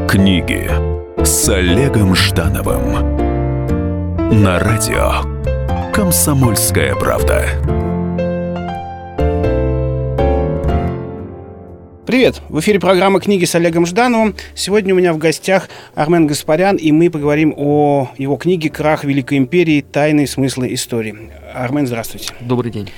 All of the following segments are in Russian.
Книги с Олегом Ждановым на радио «Комсомольская правда». Привет! В эфире программа «Книги с Олегом Ждановым». Сегодня у меня в гостях Армен Гаспарян, и мы поговорим о его книге «Крах Великой империи. Тайные смыслы истории». Армен, здравствуйте. Добрый день.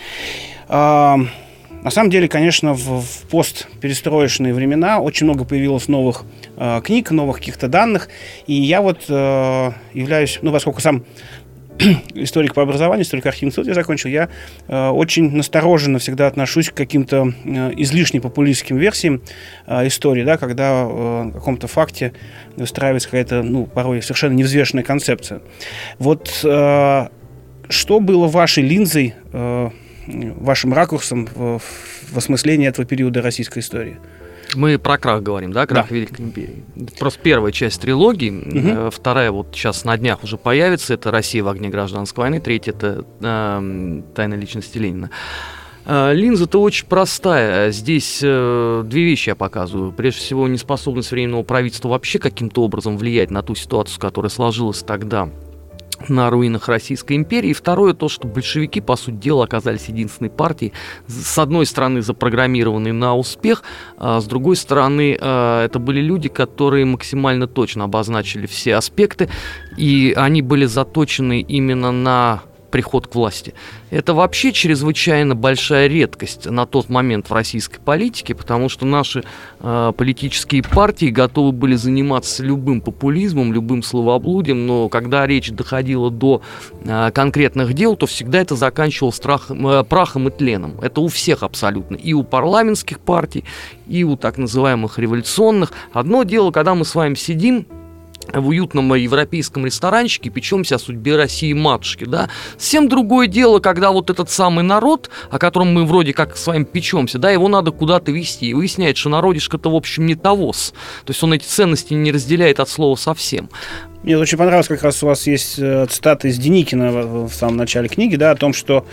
На самом деле, конечно, в постперестроечные времена очень много появилось новых книг, новых каких-то данных. И я вот являюсь, поскольку сам историк по образованию, историк-архивный институт я закончил, я очень настороженно всегда отношусь к каким-то излишне популистским версиям истории, да, когда в каком-то факте выстраивается какая-то, порой совершенно невзвешенная концепция. Вот что было вашей линзой, вашим ракурсом в осмыслении этого периода российской истории? Мы про крах говорим, да? Крах Великой империи. Просто первая часть трилогии, вторая вот сейчас на днях уже появится, это «Россия в огне гражданской войны», третья — это «Тайна личности Ленина». Линза-то очень простая. Здесь две вещи я показываю. Прежде всего, неспособность Временного правительства вообще каким-то образом влиять на ту ситуацию, которая сложилась тогда на руинах Российской империи. И второе, то, что большевики, по сути дела, оказались единственной партией, с одной стороны, запрограммированной на успех, а с другой стороны, это были люди, которые максимально точно обозначили все аспекты, и они были заточены именно на приход к власти. Это вообще чрезвычайно большая редкость на тот момент в российской политике, потому что наши политические партии готовы были заниматься любым популизмом, любым словоблудием, но когда речь доходила до конкретных дел, то всегда это заканчивалось прахом и тленом. Это у всех абсолютно. И у парламентских партий, и у так называемых революционных. Одно дело, когда мы с вами сидим в уютном европейском ресторанчике, печемся о судьбе России-матушки, да. Совсем другое дело, когда вот этот самый народ, о котором мы вроде как с вами печемся, да, его надо куда-то везти. И выясняется, что народишко-то, в общем, не тавос. То есть он эти ценности не разделяет от слова совсем. Мне очень понравилось, как раз у вас есть цитата из Деникина в самом начале книги, да, о том, что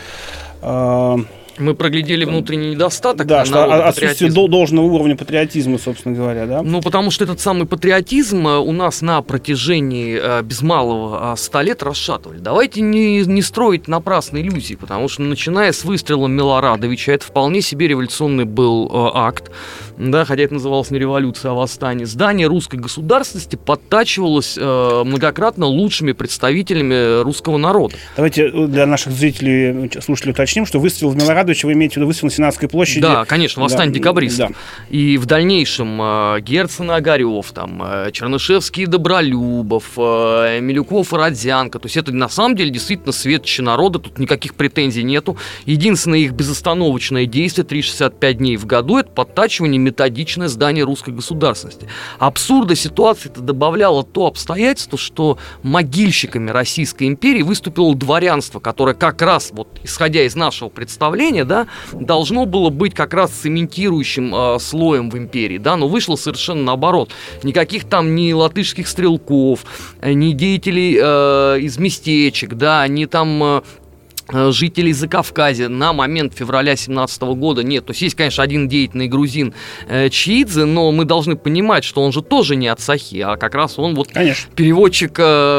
мы проглядели внутренний недостаток. Да, что отсутствие должного уровня патриотизма, собственно говоря, да? Потому что этот самый патриотизм у нас на протяжении без малого 100 лет расшатывали. Давайте не строить напрасные иллюзии, потому что, начиная с выстрела Милорадовича, это вполне себе революционный был акт, да, хотя это называлось не революция, а восстание. Здание русской государственности подтачивалось многократно лучшими представителями русского народа. Давайте для наших зрителей, слушателей уточним, что выстрел в Милорадовича вы имеете в виду выстрел на Сенатской площади. Да, конечно, восстание декабристов. Да. И в дальнейшем Герцен и Огарев, Чернышевский и Добролюбов, Милюков и Родзянко. То есть это на самом деле действительно светочи народа, тут никаких претензий нету. Единственное их безостановочное действие 365 дней в году — это подтачивание методичное здание русской государственности. Абсурда ситуации это добавляло то обстоятельство, что могильщиками Российской империи выступило дворянство, которое как раз, исходя из нашего представления, да, должно было быть как раз цементирующим слоем в империи, да, но вышло совершенно наоборот. Никаких там ни латышских стрелков, ни деятелей из местечек, да, ни там жителей Закавказья на момент февраля 17 года нет. То есть есть, конечно, один деятельный грузин Чиидзе, но мы должны понимать, что он же тоже не от Сахи, а как раз он переводчик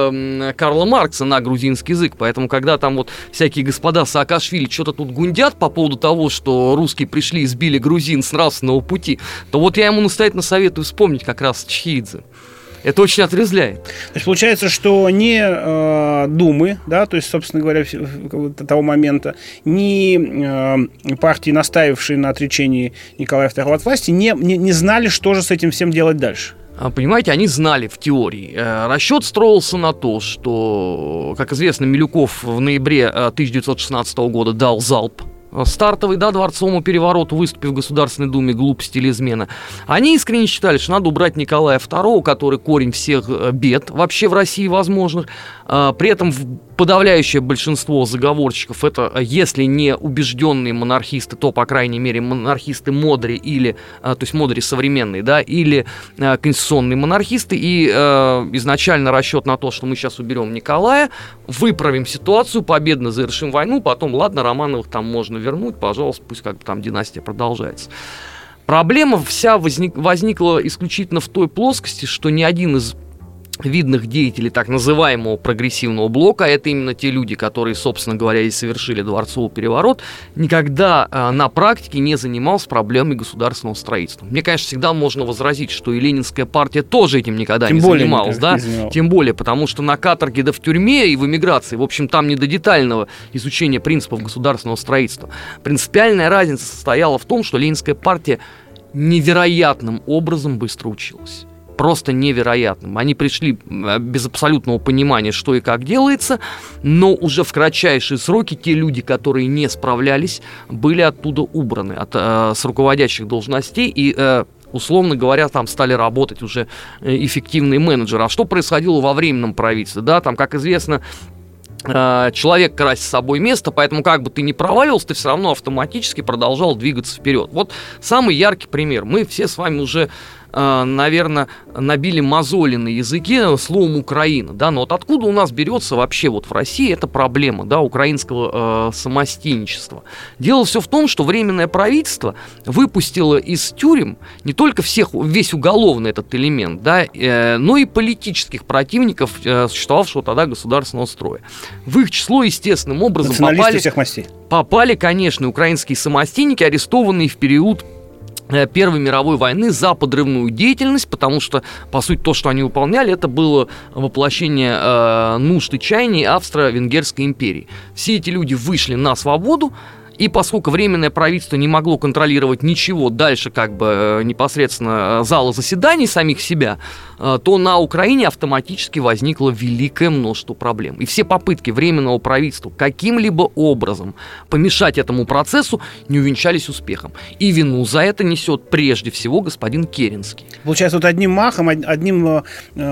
Карла Маркса на грузинский язык. Поэтому, когда там всякие господа Саакашвили что-то тут гундят по поводу того, что русские пришли и сбили грузин с нравственного пути, то я ему настоятельно советую вспомнить как раз Чиидзе. Это очень отрезвляет. То есть получается, что не думы, да, то есть, собственно говоря, того момента, ни партии, настаивавшие на отречении Николая II от власти, не знали, что же с этим всем делать дальше. Понимаете, они знали в теории. Расчет строился на то, что, как известно, Милюков в ноябре 1916 года дал залп стартовый, да, дворцовому перевороту, выступив в Государственной Думе «Глупость или измена». Они искренне считали, что надо убрать Николая II, который корень всех бед вообще в России возможных. При этом подавляющее большинство заговорщиков — это, если не убежденные монархисты, то, по крайней мере, монархисты Модри или, то есть Модри современные, да, или конституционные монархисты. И изначально расчет на то, что мы сейчас уберем Николая, выправим ситуацию, победно завершим войну, потом, ладно, Романовых там можно вернуть, пожалуйста, пусть как бы там династия продолжается. Проблема вся возникла исключительно в той плоскости, что ни один из видных деятелей так называемого прогрессивного блока, это именно те люди, которые, собственно говоря, и совершили дворцовый переворот, никогда на практике не занимался проблемой государственного строительства. Мне, конечно, всегда можно возразить, что и Ленинская партия тоже этим никогда не занималась, да? Тем более, потому что на каторге, да в тюрьме и в эмиграции, в общем, там не до детального изучения принципов государственного строительства. Принципиальная разница состояла в том, что Ленинская партия невероятным образом быстро училась. Просто невероятным. Они пришли без абсолютного понимания, что и как делается, но уже в кратчайшие сроки те люди, которые не справлялись, были оттуда убраны с руководящих должностей и, условно говоря, там стали работать уже эффективные менеджеры. А что происходило во временном правительстве? Да, там, как известно, человек красит с собой место, поэтому как бы ты ни проваливался, ты все равно автоматически продолжал двигаться вперед. Вот самый яркий пример. Мы все с вами уже, наверное, набили мозоли на языке словом «Украина», да, но вот откуда у нас берется вообще вот в России эта проблема, да, украинского самостейничества? Дело все в том, что Временное правительство выпустило из тюрем не только весь уголовный этот элемент, да, но и политических противников существовавшего тогда государственного строя. В их число естественным образом попали, конечно, украинские самостейники, арестованные в период Первой мировой войны за подрывную деятельность, потому что, по сути, то, что они выполняли, это было воплощение нужд и чаяний Австро-Венгерской империи. Все эти люди вышли на свободу, и поскольку Временное правительство не могло контролировать ничего дальше, как бы непосредственно зала заседаний самих себя, то на Украине автоматически возникло великое множество проблем. И все попытки Временного правительства каким-либо образом помешать этому процессу не увенчались успехом. И вину за это несет прежде всего господин Керенский. Получается, вот одним махом, одним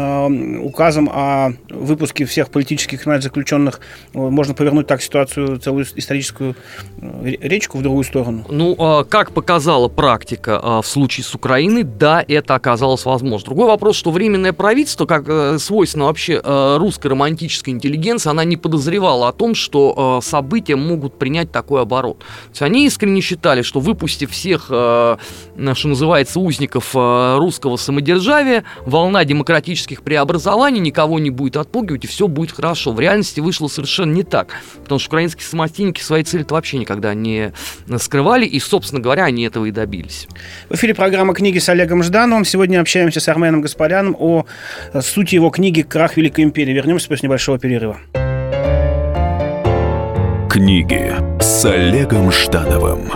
указом о выпуске всех политических заключенных можно повернуть так ситуацию, целую историческую речку в другую сторону? Ну, как показала практика в случае с Украиной, да, это оказалось возможно. Другой вопрос, что Временное правительство, как свойственно вообще русской романтической интеллигенции, она не подозревала о том, что события могут принять такой оборот. То есть они искренне считали, что выпустив всех, что называется, узников русского самодержавия, волна демократических преобразований никого не будет отпугивать, и все будет хорошо. В реальности вышло совершенно не так, потому что украинские самостейники свои цели-то вообще никогда не скрывали, и, собственно говоря, они этого и добились. В эфире программа «Книги» с Олегом Ждановым. Сегодня общаемся с Арменом Гаспаряном о сути его книги «Крах Великой империи». Вернемся после небольшого перерыва. Книги с Олегом Ждановым.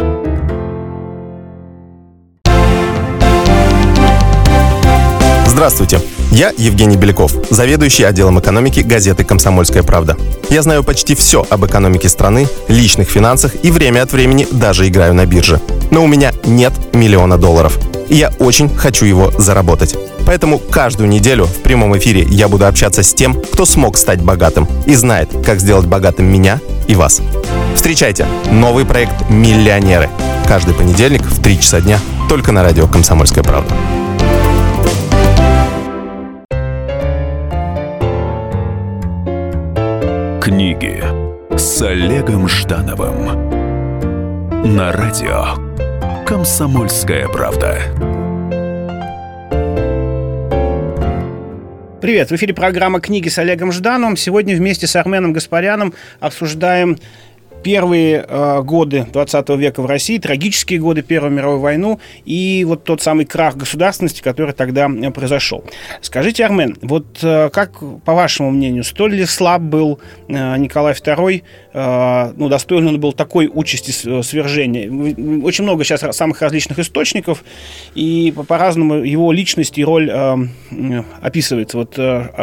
Здравствуйте, я Евгений Беляков, заведующий отделом экономики газеты «Комсомольская правда». Я знаю почти все об экономике страны, личных финансах и время от времени даже играю на бирже. Но у меня нет $1 миллиона. И я очень хочу его заработать. Поэтому каждую неделю в прямом эфире я буду общаться с тем, кто смог стать богатым и знает, как сделать богатым меня и вас. Встречайте новый проект «Миллионеры». Каждый понедельник в 3 часа дня только на радио «Комсомольская правда». Книги с Олегом Ждановым на радио «Комсомольская правда». Привет, в эфире программа «Книги» с Олегом Ждановым. Сегодня вместе с Арменом Гаспаряном обсуждаем первые годы 20 века в России, трагические годы Первой мировой войны и вот тот самый крах государственности, который тогда произошел. Скажите, Армен, вот как, по вашему мнению, столь ли слаб был Николай II, достоин он был такой участи свержения? Очень много сейчас самых различных источников, и по-разному его личность и роль описывается. Вот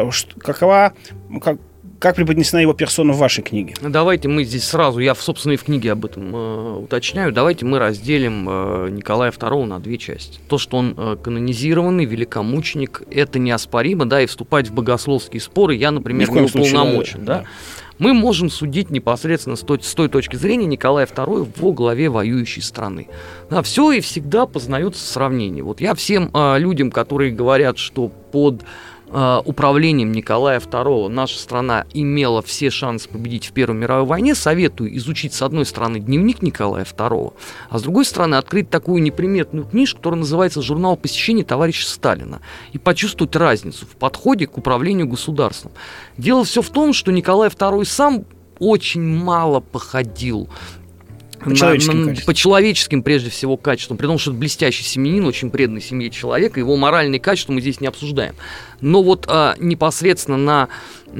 как преподнесена его персона в вашей книге? Давайте мы здесь сразу, я, собственно, и в книге об этом уточняю, давайте мы разделим Николая II на две части. То, что он канонизированный великомученик, это неоспоримо, да, и вступать в богословские споры я, например, не уполномочен, да. Мы можем судить непосредственно с той точки зрения Николая II во главе воюющей страны. Да, все и всегда познается в сравнении. Вот я всем людям, которые говорят, что под управлением Николая II наша страна имела все шансы победить в Первой мировой войне, советую изучить, с одной стороны, дневник Николая II, а с другой стороны, открыть такую неприметную книжку, которая называется «Журнал посещений товарища Сталина», и почувствовать разницу в подходе к управлению государством. Дело все в том, что Николай II сам очень мало походил по человеческим, прежде всего, качествам. При том, что это блестящий семьянин, очень преданный семье человек, его моральные качества мы здесь не обсуждаем. Но вот непосредственно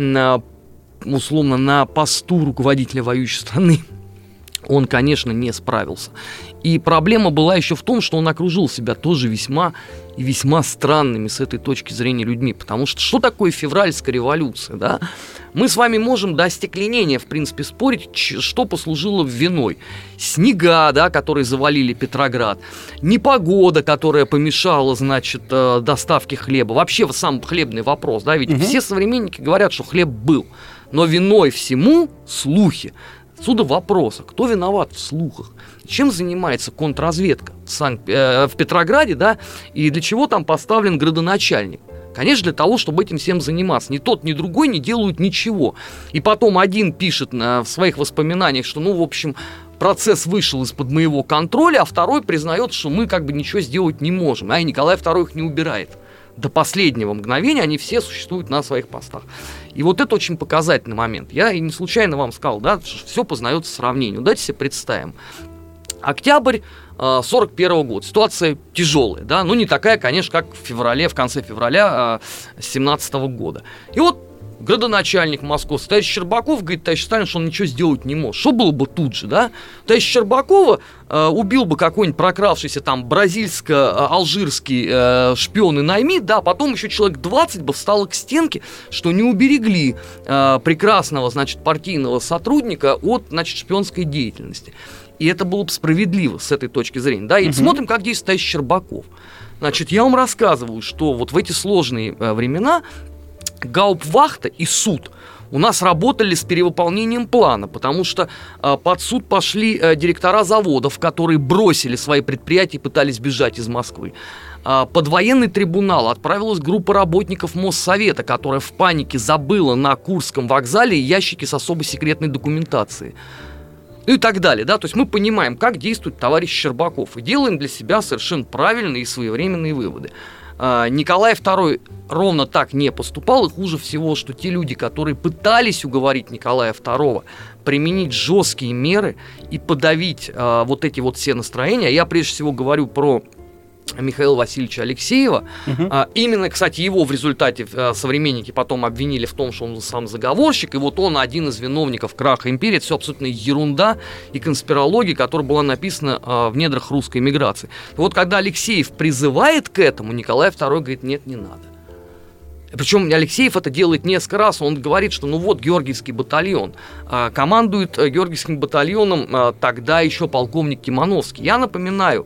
на посту руководителя воюющей страны он, конечно, не справился. И проблема была еще в том, что он окружил себя тоже весьма и весьма странными с этой точки зрения людьми. Потому что такое февральская революция, да? Мы с вами можем до остекленения, в принципе, спорить, что послужило виной. Снега, да, которые завалили Петроград, непогода, которая помешала, значит, доставке хлеба. Вообще сам хлебный вопрос, да, ведь все современники говорят, что хлеб был. Но виной всему слухи. Отсюда вопрос, кто виноват в слухах? Чем занимается контрразведка в Петрограде, да, и для чего там поставлен градоначальник? Конечно, для того, чтобы этим всем заниматься. Ни тот, ни другой не делают ничего. И потом один пишет в своих воспоминаниях, что, в общем, процесс вышел из-под моего контроля, а второй признает, что мы как бы ничего сделать не можем. А Николай II их не убирает. До последнего мгновения они все существуют на своих постах. И вот это очень показательный момент. Я и не случайно вам сказал, да, что все познается сравнению. Давайте себе представим. Октябрь 41 года. Ситуация тяжелая, да, не такая, конечно, как в конце февраля 17 года. И вот градоначальник Москвы, товарищ Щербаков, говорит товарищ Сталин, что он ничего сделать не может. Что было бы тут же, да? Товарищ Щербакова убил бы какой-нибудь прокравшийся там бразильско-алжирский шпион и наймит, да, потом еще человек 20 бы встало к стенке, что не уберегли прекрасного, значит, партийного сотрудника от, значит, шпионской деятельности. И это было бы справедливо с этой точки зрения, да? И смотрим, как действует товарищ Щербаков. Значит, я вам рассказываю, что вот в эти сложные времена гауптвахта и суд у нас работали с перевыполнением плана, потому что под суд пошли директора заводов, которые бросили свои предприятия и пытались бежать из Москвы. Под военный трибунал отправилась группа работников Моссовета, которая в панике забыла на Курском вокзале ящики с особо секретной документацией. И так далее, да, то есть мы понимаем, как действует товарищ Щербаков, и делаем для себя совершенно правильные и своевременные выводы. Николай II ровно так не поступал, и хуже всего, что те люди, которые пытались уговорить Николая II применить жесткие меры и подавить вот эти вот все настроения, я прежде всего говорю про Михаила Васильевича Алексеева. Именно, кстати, его в результате современники потом обвинили в том, что он сам заговорщик, и вот он один из виновников краха империи. Это все абсолютно ерунда и конспирология, которая была написана в недрах русской эмиграции. И вот когда Алексеев призывает к этому, Николай II говорит: нет, не надо. Причем Алексеев это делает несколько раз. Он говорит, что Георгиевский батальон. Командует Георгиевским батальоном тогда еще полковник Тимановский. Я напоминаю,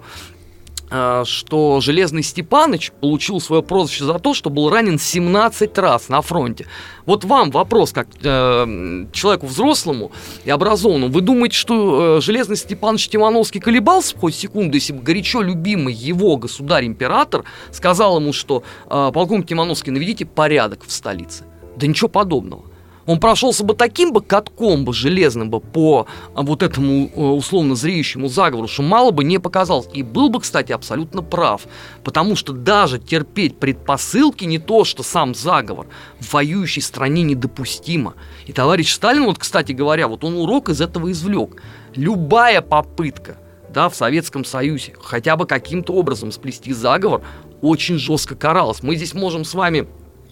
что Железный Степаныч получил свое прозвище за то, что был ранен 17 раз на фронте. Вот вам вопрос, как человеку взрослому и образованному. Вы думаете, что Железный Степаныч Тимановский колебался хоть секунду, если бы горячо любимый его государь-император сказал ему, что полковник Тимановский, наведите порядок в столице? Да ничего подобного. Он прошелся бы таким катком железным по вот этому условно зреющему заговору, что мало бы не показалось. И был бы, кстати, абсолютно прав. Потому что даже терпеть предпосылки, не то что сам заговор, в воюющей стране недопустимо. И товарищ Сталин, кстати говоря, он урок из этого извлек. Любая попытка, да, в Советском Союзе хотя бы каким-то образом сплести заговор очень жестко каралась. Мы здесь можем с вами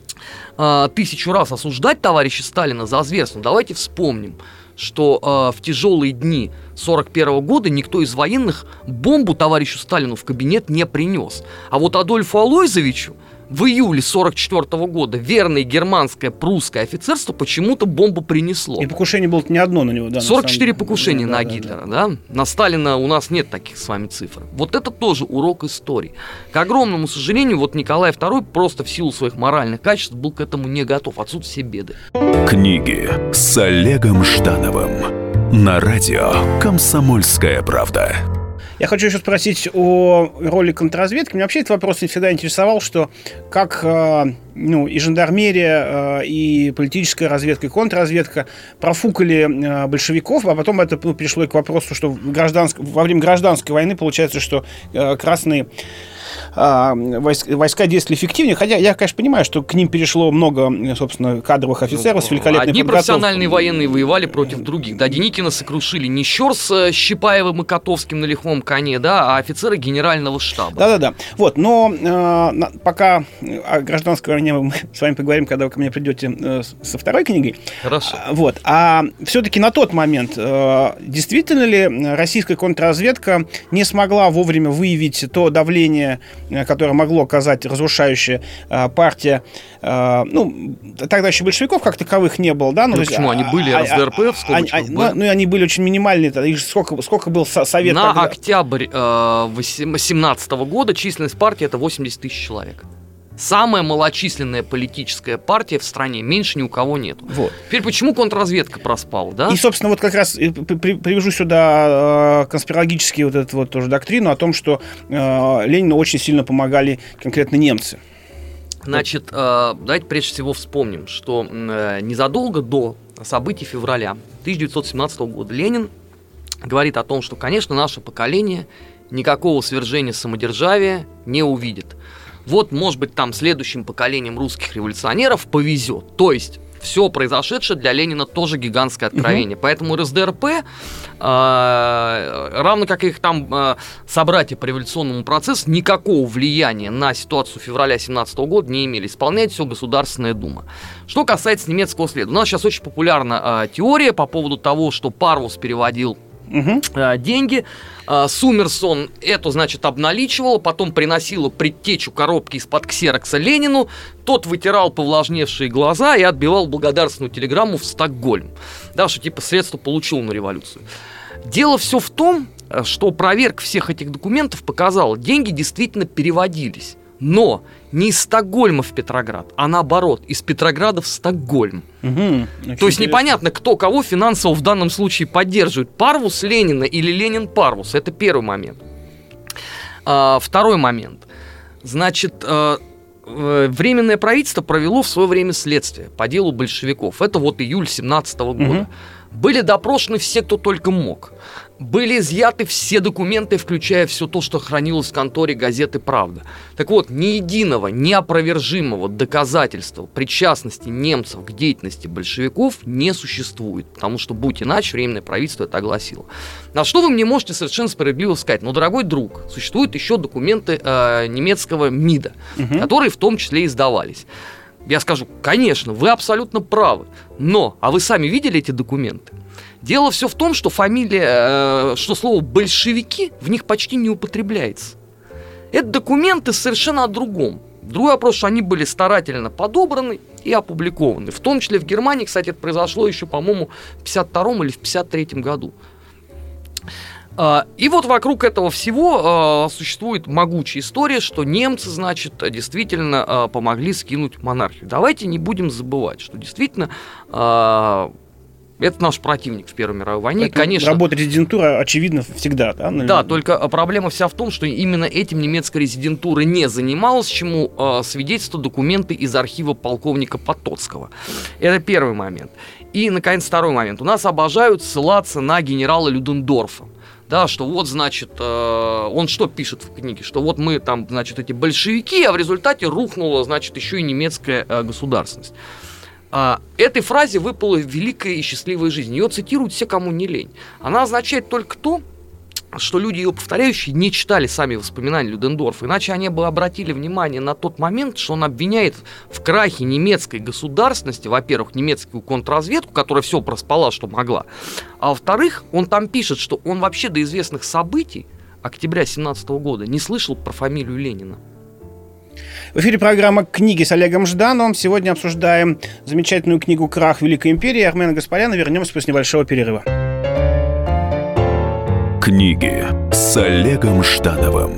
1000 раз осуждать товарища Сталина за зверство. Давайте вспомним, что в тяжелые дни 1941 года никто из военных бомбу товарищу Сталину в кабинет не принес. А вот Адольфу Алойзовичу в июле 1944 года верное германское прусское офицерство почему-то бомбу принесло. И покушение было не одно на него, да? 44 покушения на Гитлера, да? На Сталина у нас нет таких с вами цифр. Вот это тоже урок истории. К огромному сожалению, Николай II просто в силу своих моральных качеств был к этому не готов. Отсюда все беды. Книги с Олегом Ждановым на радио «Комсомольская правда». Я хочу еще спросить о роли контрразведки. Меня вообще этот вопрос не всегда интересовал, что как и жандармерия, и политическая разведка, и контрразведка профукали большевиков, а потом это перешло и к вопросу, что во время гражданской войны получается, что красные войска действовали эффективнее, хотя я, конечно, понимаю, что к ним перешло много, собственно, кадровых офицеров с великолепной Одни подготовкой. профессиональные военные воевали против других. Да, Деникина сокрушили не Щор с Щипаевым и Котовским на лихом коне, да, а офицеры генерального штаба. Да-да-да. Вот, но пока о гражданской войне мы с вами поговорим, когда вы ко мне придете со второй книгой. Хорошо. Вот. А все-таки на тот момент действительно ли российская контрразведка не смогла вовремя выявить то давление, которое могло оказать разрушающая партия, тогда еще большевиков как таковых не было, да? Почему? Они были РСДРП, в скобочках были. И они были очень минимальные. Сколько был совет на тогда? Октябрь 2017 года численность партии — это 80 тысяч человек. Самая малочисленная политическая партия в стране, меньше ни у кого нет. Вот. Теперь почему контрразведка проспала, да? И, собственно, вот как раз привяжу сюда конспирологически вот эту вот тоже доктрину о том, что Ленину очень сильно помогали конкретно немцы. Значит, давайте прежде всего вспомним, что незадолго до событий февраля 1917 года Ленин говорит о том, что, конечно, наше поколение никакого свержения самодержавия не увидит. Вот, может быть, там следующим поколением русских революционеров повезет. То есть все произошедшее для Ленина тоже гигантское откровение. Поэтому РСДРП, равно как и их там собратья по революционному процессу, никакого влияния на ситуацию февраля 2017 года не имели. Исполняет все Государственная Дума. Что касается немецкого следа. У нас сейчас очень популярна теория по поводу того, что Парвус переводил деньги. Сумерсон это, значит, обналичивал, потом приносила предтечу коробки из-под ксерокса Ленину, тот вытирал повлажневшие глаза и отбивал благодарственную телеграмму в Стокгольм. Да, что типа средства получил на революцию. Дело все в том, что проверка всех этих документов показала, деньги действительно переводились. Но не из Стокгольма в Петроград, а наоборот, из Петрограда в Стокгольм. То есть непонятно, кто кого финансово в данном случае поддерживает. Парвус Ленина или Ленин Парвус. Это первый момент. Второй момент. Значит, Временное правительство провело в свое время следствие по делу большевиков. Это вот июль 17 года. Были допрошены все, кто только мог. Были изъяты все документы, включая все то, что хранилось в конторе газеты «Правда». Так вот, ни единого, неопровержимого доказательства причастности немцев к деятельности большевиков не существует. Потому что, будь иначе, Временное правительство это огласило. На что вы мне можете совершенно справедливо сказать? Ну, дорогой друг, существуют еще документы немецкого МИДа, которые в том числе издавались. Я скажу, конечно, вы абсолютно правы. Но, а вы сами видели эти документы? Дело все в том, что что слово «большевики» в них почти не употребляется. Это документы совершенно о другом. Другой вопрос, что они были старательно подобраны и опубликованы. В том числе в Германии, кстати, это произошло еще, по-моему, в 52-м или в 53-м году. И вот вокруг этого всего существует могучая история, что немцы, значит, действительно помогли скинуть монархию. Давайте не будем забывать, что действительно это наш противник в Первой мировой войне. Это конечно, работа резидентуры, очевидно, всегда. Да, только проблема вся в том, что именно этим немецкая резидентура не занималась, чему свидетельствуют документы из архива полковника Потоцкого. Это первый момент. И, наконец, второй момент. У нас обожают ссылаться на генерала Людендорфа. Да, что вот, значит, он что пишет в книге? Что вот мы там, значит, эти большевики, а в результате рухнула, значит, еще и немецкая государственность. Этой фразе выпала великая и счастливая жизнь. Ее цитируют все, кому не лень. Она означает только то, что люди, ее повторяющие, не читали сами воспоминания Людендорфа. Иначе они бы обратили внимание на тот момент, что он обвиняет в крахе немецкой государственности, во-первых, немецкую контрразведку, которая все проспала, что могла. А во-вторых, он там пишет, что он вообще до известных событий октября 1917 года не слышал про фамилию Ленина. В эфире программа «Книги» с Олегом Ждановым. Сегодня обсуждаем замечательную книгу «Крах Великой империи» Армена Гаспаряна. Вернемся после небольшого перерыва. Книги с Олегом Ждановым.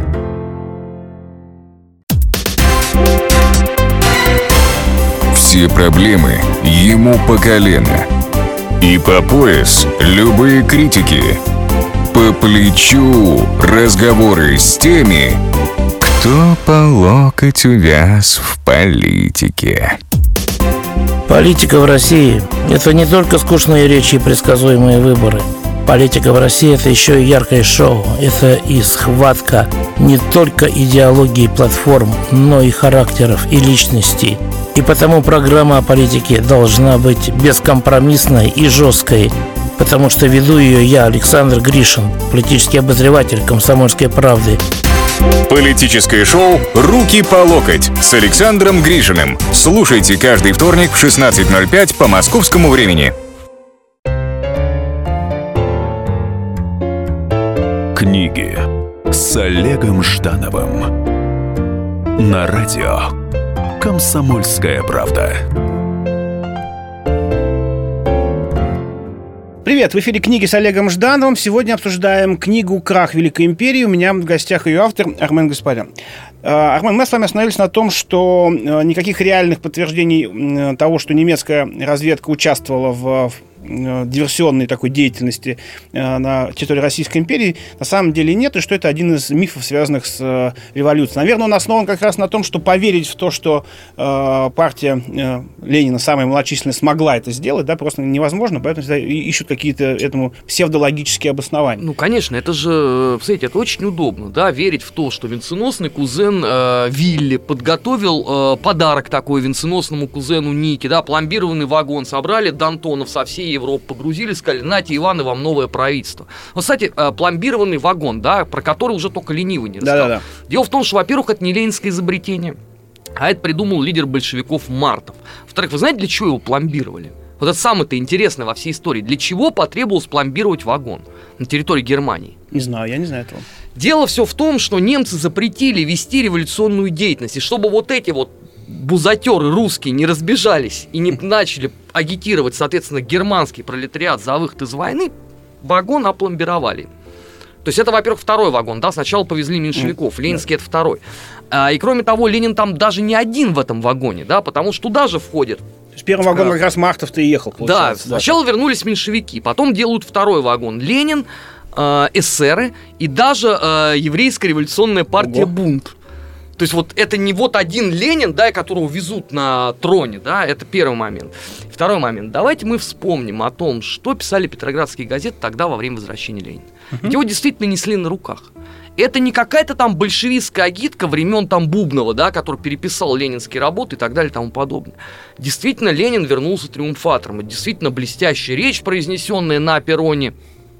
Все проблемы ему по колено. И по пояс любые критики. по плечу разговоры с теми, кто по локоть увяз в политике. Политика в России – это не только скучные речи и предсказуемые выборы. Политика в России – это еще и яркое шоу. Это и схватка не только идеологии и платформ, но и характеров и личностей. И потому программа о политике должна быть бескомпромиссной и жесткой, потому что веду ее я, Александр Гришин, политический обозреватель «Комсомольской правды». Политическое шоу «Руки по локоть» с Александром Гришиным. Слушайте каждый вторник в 16:05 по московскому времени. Книги с Олегом Ждановым на радио «Комсомольская правда». Привет, в эфире «Книги» с Олегом Ждановым. Сегодня обсуждаем книгу «Крах Великой империи». У меня в гостях ее автор Армен Гаспарян. Армен, мы с вами остановились на том, что никаких реальных подтверждений того, что немецкая разведка участвовала в диверсионной такой деятельности на территории Российской империи, на самом деле нет, и что это один из мифов, связанных с революцией. Наверное, он основан как раз на том, что поверить в то, что партия Ленина, самая малочисленная, смогла это сделать, да, просто невозможно, поэтому ищут какие-то этому псевдологические обоснования. Ну, конечно, это же, смотрите, это очень удобно, да, верить в то, что венценосный кузен Вилли подготовил подарок такой венценосному кузену Нике, да, пломбированный вагон, собрали д'Антонов со всей Европы, погрузили, сказали: нате, Иваны, вам новое правительство. Вот, кстати, пломбированный вагон, да, про который уже только ленивый не рассказал. Да. Дело в том, что, во-первых, это не ленинское изобретение, а это придумал лидер большевиков Мартов. Во-вторых, вы знаете, для чего его пломбировали? Вот это самое-то интересное во всей истории. Для чего потребовалось пломбировать вагон на территории Германии? Не знаю, я не знаю этого. Дело все в том, что немцы запретили вести революционную деятельность, и чтобы вот эти вот бузатеры русские не разбежались и не начали агитировать, соответственно, германский пролетариат за выход из войны, вагон опломбировали. То есть это, во-первых, второй вагон, да, сначала повезли меньшевиков, ленинский это второй. И кроме того, Ленин там даже не один в этом вагоне, да, потому что туда же входит. То есть первый вагон как раз Мартов-то и ехал, получается. Да, сначала вернулись меньшевики, потом делают второй вагон. Ленин, эсеры и даже еврейская революционная партия «Бунт». То есть вот это не вот один Ленин, да, которого везут на троне, да, это первый момент. Второй момент. Давайте мы вспомним о том, что писали петроградские газеты тогда во время возвращения Ленина. Ведь его действительно несли на руках. Это не какая-то там большевистская агитка времен там Бубнова, да, который переписал ленинские работы и так далее и тому подобное. Действительно, Ленин вернулся триумфатором. Это действительно блестящая речь, произнесенная на перроне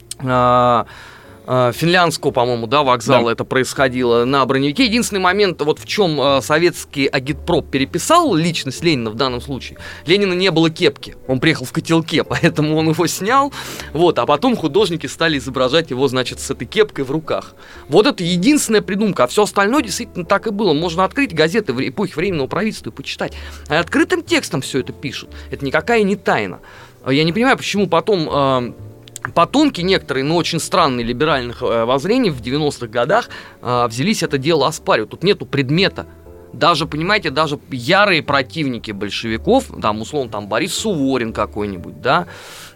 финляндского, по-моему, да, вокзала, да. Это происходило на броневике. Единственный момент, вот в чем советский агитпроп переписал личность Ленина в данном случае. Ленина не было кепки, он приехал в котелке, поэтому он его снял, вот, а потом художники стали изображать его, значит, с этой кепкой в руках. Вот это единственная придумка, а все остальное действительно так и было. Можно открыть газеты в эпохе Временного правительства и почитать. А открытым текстом все это пишут. Это никакая не тайна. Я не понимаю, почему потом потомки некоторые, но очень странные либеральных воззрений в 90-х годах взялись это дело оспаривать. Тут нету предмета. Даже, понимаете, даже ярые противники большевиков, там, условно, там, Борис Суворин какой-нибудь, да,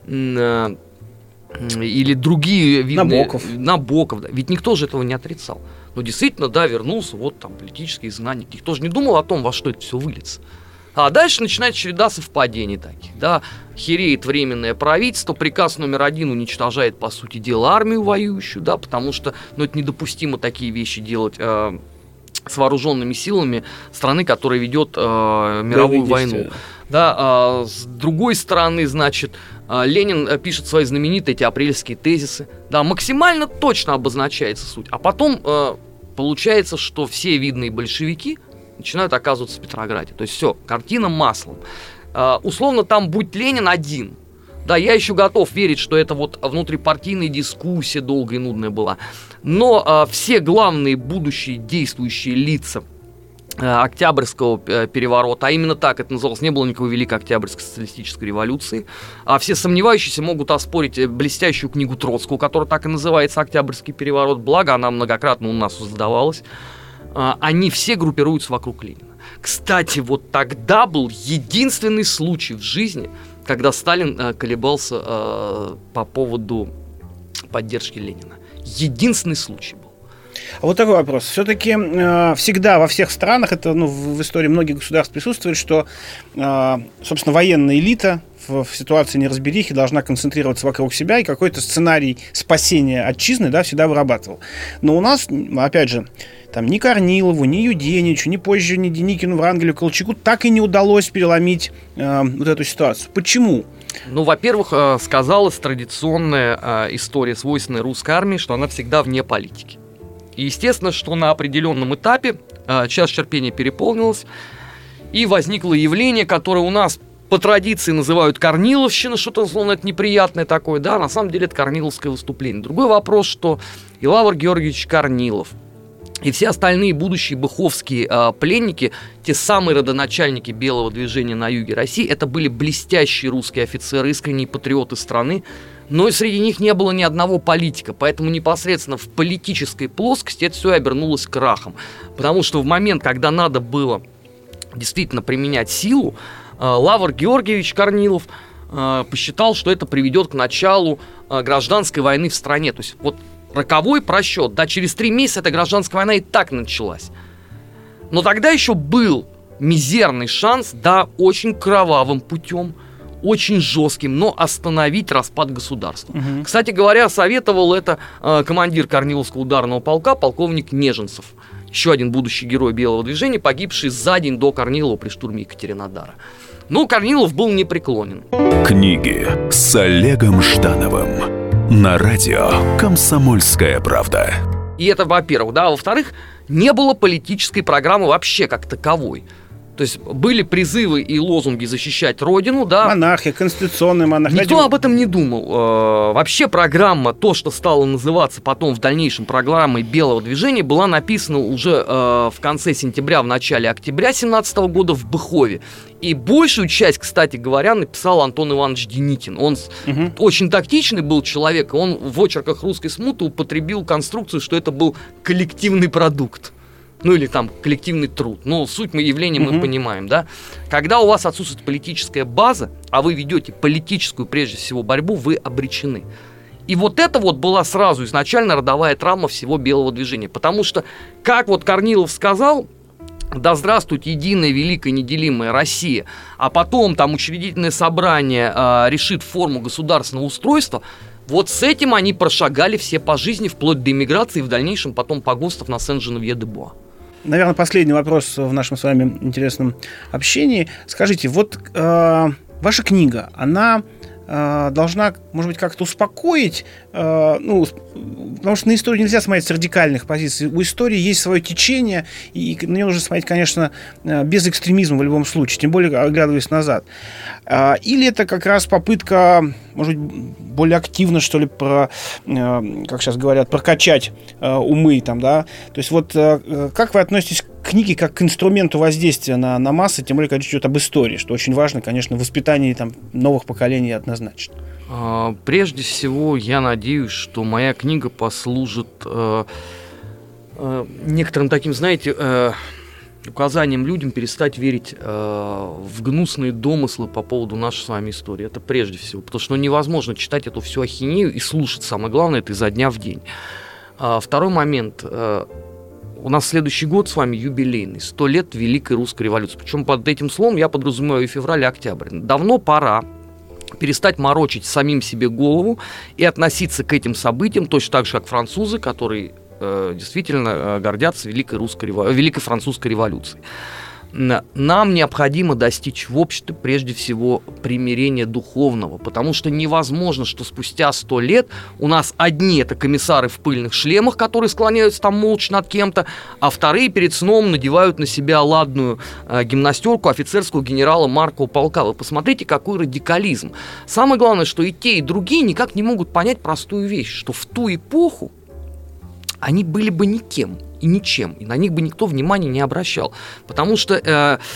или другие видные... Набоков, да. Ведь никто же этого не отрицал. Но действительно, да, вернулся, вот там политический изгнанник. Никто же не думал о том, во что это все выльется. А дальше начинается череда совпадений таких, да, хереет временное правительство, приказ номер 1 уничтожает, по сути дела, армию воюющую, да, потому что, ну, это недопустимо такие вещи делать с вооруженными силами страны, которая ведет мировую войну. Да, с другой стороны, значит, Ленин пишет свои знаменитые эти апрельские тезисы, да, максимально точно обозначается суть, а потом получается, что все видные большевики начинают оказываться в Петрограде. То есть все, картина маслом. Условно, там будь Ленин один. Да, я еще готов верить, что это вот внутрипартийная дискуссия долгая и нудная была. Но все главные будущие действующие лица Октябрьского переворота, а именно так это называлось, не было никакой Великой Октябрьской социалистической революции, а все сомневающиеся могут оспорить блестящую книгу Троцкого, которая так и называется «Октябрьский переворот», благо она многократно у нас создавалась. Они все группируются вокруг Ленина. Кстати, вот тогда был единственный случай в жизни, когда Сталин колебался по поводу поддержки Ленина. единственный случай был. А вот такой вопрос. Все-таки всегда во всех странах, это в истории многих государств присутствует, что, собственно, военная элита в ситуации неразберихи должна концентрироваться вокруг себя, и какой-то сценарий спасения отчизны, да, всегда вырабатывал. Но у нас, опять же, там ни Корнилову, ни Юденичу, ни позже ни Деникину, Врангелю, Колчаку так и не удалось переломить вот эту ситуацию. Почему? Ну, во-первых, сказалась традиционная история, свойственная русской армии, что она всегда вне политики. И естественно, что на определенном этапе час терпения переполнилось, и возникло явление, которое у нас по традиции называют корниловщина, что-то, словно это неприятное такое, да, на самом деле это корниловское выступление. Другой вопрос, что и Лавр Георгиевич Корнилов, и все остальные будущие быховские пленники, те самые родоначальники белого движения на юге России, это были блестящие русские офицеры, искренние патриоты страны, но и среди них не было ни одного политика, поэтому непосредственно в политической плоскости это все обернулось крахом. Потому что в момент, когда надо было действительно применять силу, Лавр Георгиевич Корнилов посчитал, что это приведет к началу гражданской войны в стране. То есть вот роковой просчет, да, через 3 месяца эта гражданская война и так началась. Но тогда еще был мизерный шанс, да, очень кровавым путем, очень жестким, но остановить распад государства. Угу. Кстати говоря, советовал это командир Корниловского ударного полка, полковник Неженцев. Еще один будущий герой белого движения, погибший за день до Корнилова при штурме Екатеринодара. Но Корнилов был непреклонен. Книги с Олегом Ждановым на радио «Комсомольская правда». И это, во-первых, да. Во-вторых, не было политической программы вообще как таковой. То есть были призывы и лозунги защищать Родину, да. Монархия, конституционная монархия. Никто об этом не думал. Вообще программа, то, что стало называться потом в дальнейшем программой белого движения, была написана уже в конце сентября, в начале октября 2017 года в Быхове. И большую часть, кстати говоря, написал Антон Иванович Деникин. Он очень тактичный был человек, он в очерках «Русской смуты» употребил конструкцию, что это был коллективный продукт. Ну или там коллективный труд. Ну, суть явления мы понимаем, да. Когда у вас отсутствует политическая база, а вы ведете политическую, прежде всего, борьбу, вы обречены. И вот это вот была сразу изначально родовая травма всего белого движения. Потому что, как вот Корнилов сказал, да здравствует единая, великая, неделимая Россия, а потом там учредительное собрание решит форму государственного устройства, вот с этим они прошагали все по жизни, вплоть до эмиграции и в дальнейшем потом погостов на Сен-Женевье-де-Буа. Наверное, последний вопрос в нашем с вами интересном общении. Скажите, вот ваша книга, она должна, может быть, как-то успокоить, потому что на историю нельзя смотреть с радикальных позиций. У истории есть свое течение, и на нее нужно смотреть, конечно, без экстремизма в любом случае, тем более оглядываясь назад. Или это как раз попытка, может быть, более активно, что ли, как сейчас говорят, прокачать умы, там, да? То есть вот как вы относитесь к книге как к инструменту воздействия на массы, тем более, когда идет об истории, что очень важно, конечно, в воспитании там новых поколений однозначно. Прежде всего, я надеюсь, что моя книга послужит некоторым таким, знаете, указанием людям перестать верить в гнусные домыслы по поводу нашей с вами истории. Это прежде всего, потому что невозможно читать эту всю ахинею и слушать, самое главное, это изо дня в день. Второй момент. У нас следующий год с вами юбилейный, 100 лет Великой Русской революции. Причем под этим словом я подразумеваю и февраль, и октябрь. Давно пора перестать морочить самим себе голову и относиться к этим событиям точно так же, как французы, которые действительно гордятся Великой Французской революцией. Нам необходимо достичь в обществе прежде всего примирения духовного, потому что невозможно, что спустя 100 лет у нас одни это комиссары в пыльных шлемах, которые склоняются там молча над кем-то, а вторые перед сном надевают на себя ладную гимнастерку офицерского генерала Маркового полка. Вы посмотрите, какой радикализм. Самое главное, что и те, и другие никак не могут понять простую вещь, что в ту эпоху они были бы никем и ничем, и на них бы никто внимания не обращал. Потому что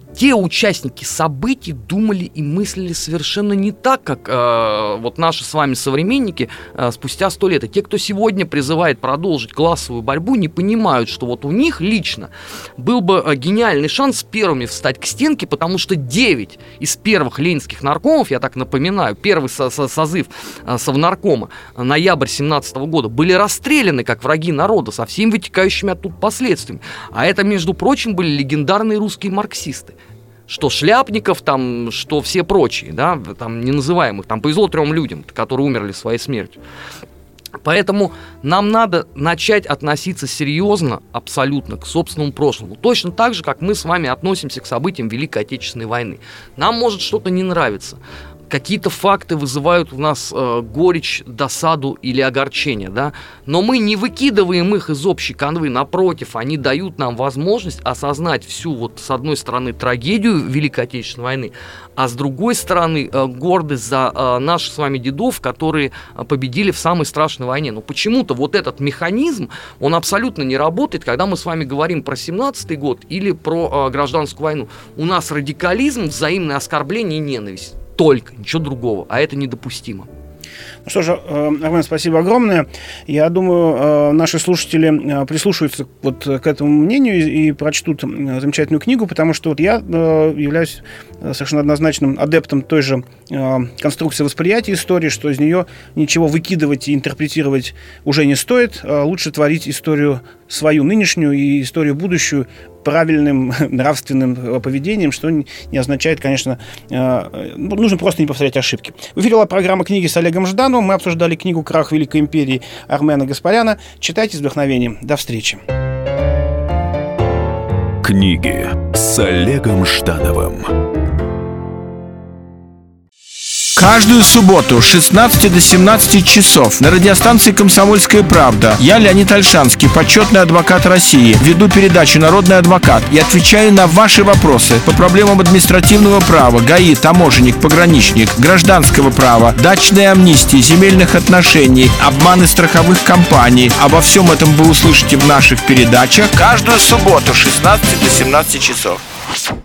те участники событий думали и мыслили совершенно не так, как вот наши с вами современники спустя 100 лет. И те, кто сегодня призывает продолжить классовую борьбу, не понимают, что вот у них лично был бы гениальный шанс первыми встать к стенке, потому что 9 из первых ленинских наркомов, я так напоминаю, первый созыв Совнаркома, ноябрь 17 года, были расстреляны как враги народа со всеми вытекающими оттуда последствиями. А это, между прочим, были легендарные русские марксисты. Что Шляпников, там, что все прочие, да, там, неназываемых. Там повезло 3 людям, которые умерли своей смертью. Поэтому нам надо начать относиться серьезно, абсолютно, к собственному прошлому. Точно так же, как мы с вами относимся к событиям Великой Отечественной войны. Нам может что-то не нравиться. Какие-то факты вызывают у нас горечь, досаду или огорчение, да? Но мы не выкидываем их из общей канвы, напротив, они дают нам возможность осознать всю, вот, с одной стороны, трагедию Великой Отечественной войны, а с другой стороны, гордость за наших с вами дедов, которые победили в самой страшной войне. Но почему-то вот этот механизм, он абсолютно не работает, когда мы с вами говорим про 17-й год или про гражданскую войну. У нас радикализм, взаимное оскорбление и ненависть. Только, ничего другого, а это недопустимо. Ну что же, Армен, спасибо огромное. Я думаю, наши слушатели прислушаются вот к этому мнению и прочтут замечательную книгу, потому что вот я являюсь совершенно однозначным адептом той же конструкции восприятия истории, что из нее ничего выкидывать и интерпретировать уже не стоит. Лучше творить историю свою нынешнюю и историю будущую правильным нравственным поведением, что не означает, конечно, нужно просто не повторять ошибки. В эфире была программа «Книги» с Олегом Ждановым. Мы обсуждали книгу «Крах Великой империи» Армена Гаспаряна. Читайте с вдохновением. До встречи. Книги с Олегом Ждановым. Каждую субботу с 16 до 17 часов на радиостанции «Комсомольская правда» я, Леонид Ольшанский, почетный адвокат России, веду передачу «Народный адвокат» и отвечаю на ваши вопросы по проблемам административного права, ГАИ, таможенник, пограничник, гражданского права, дачной амнистии, земельных отношений, обманы страховых компаний. Обо всем этом вы услышите в наших передачах каждую субботу с 16 до 17 часов.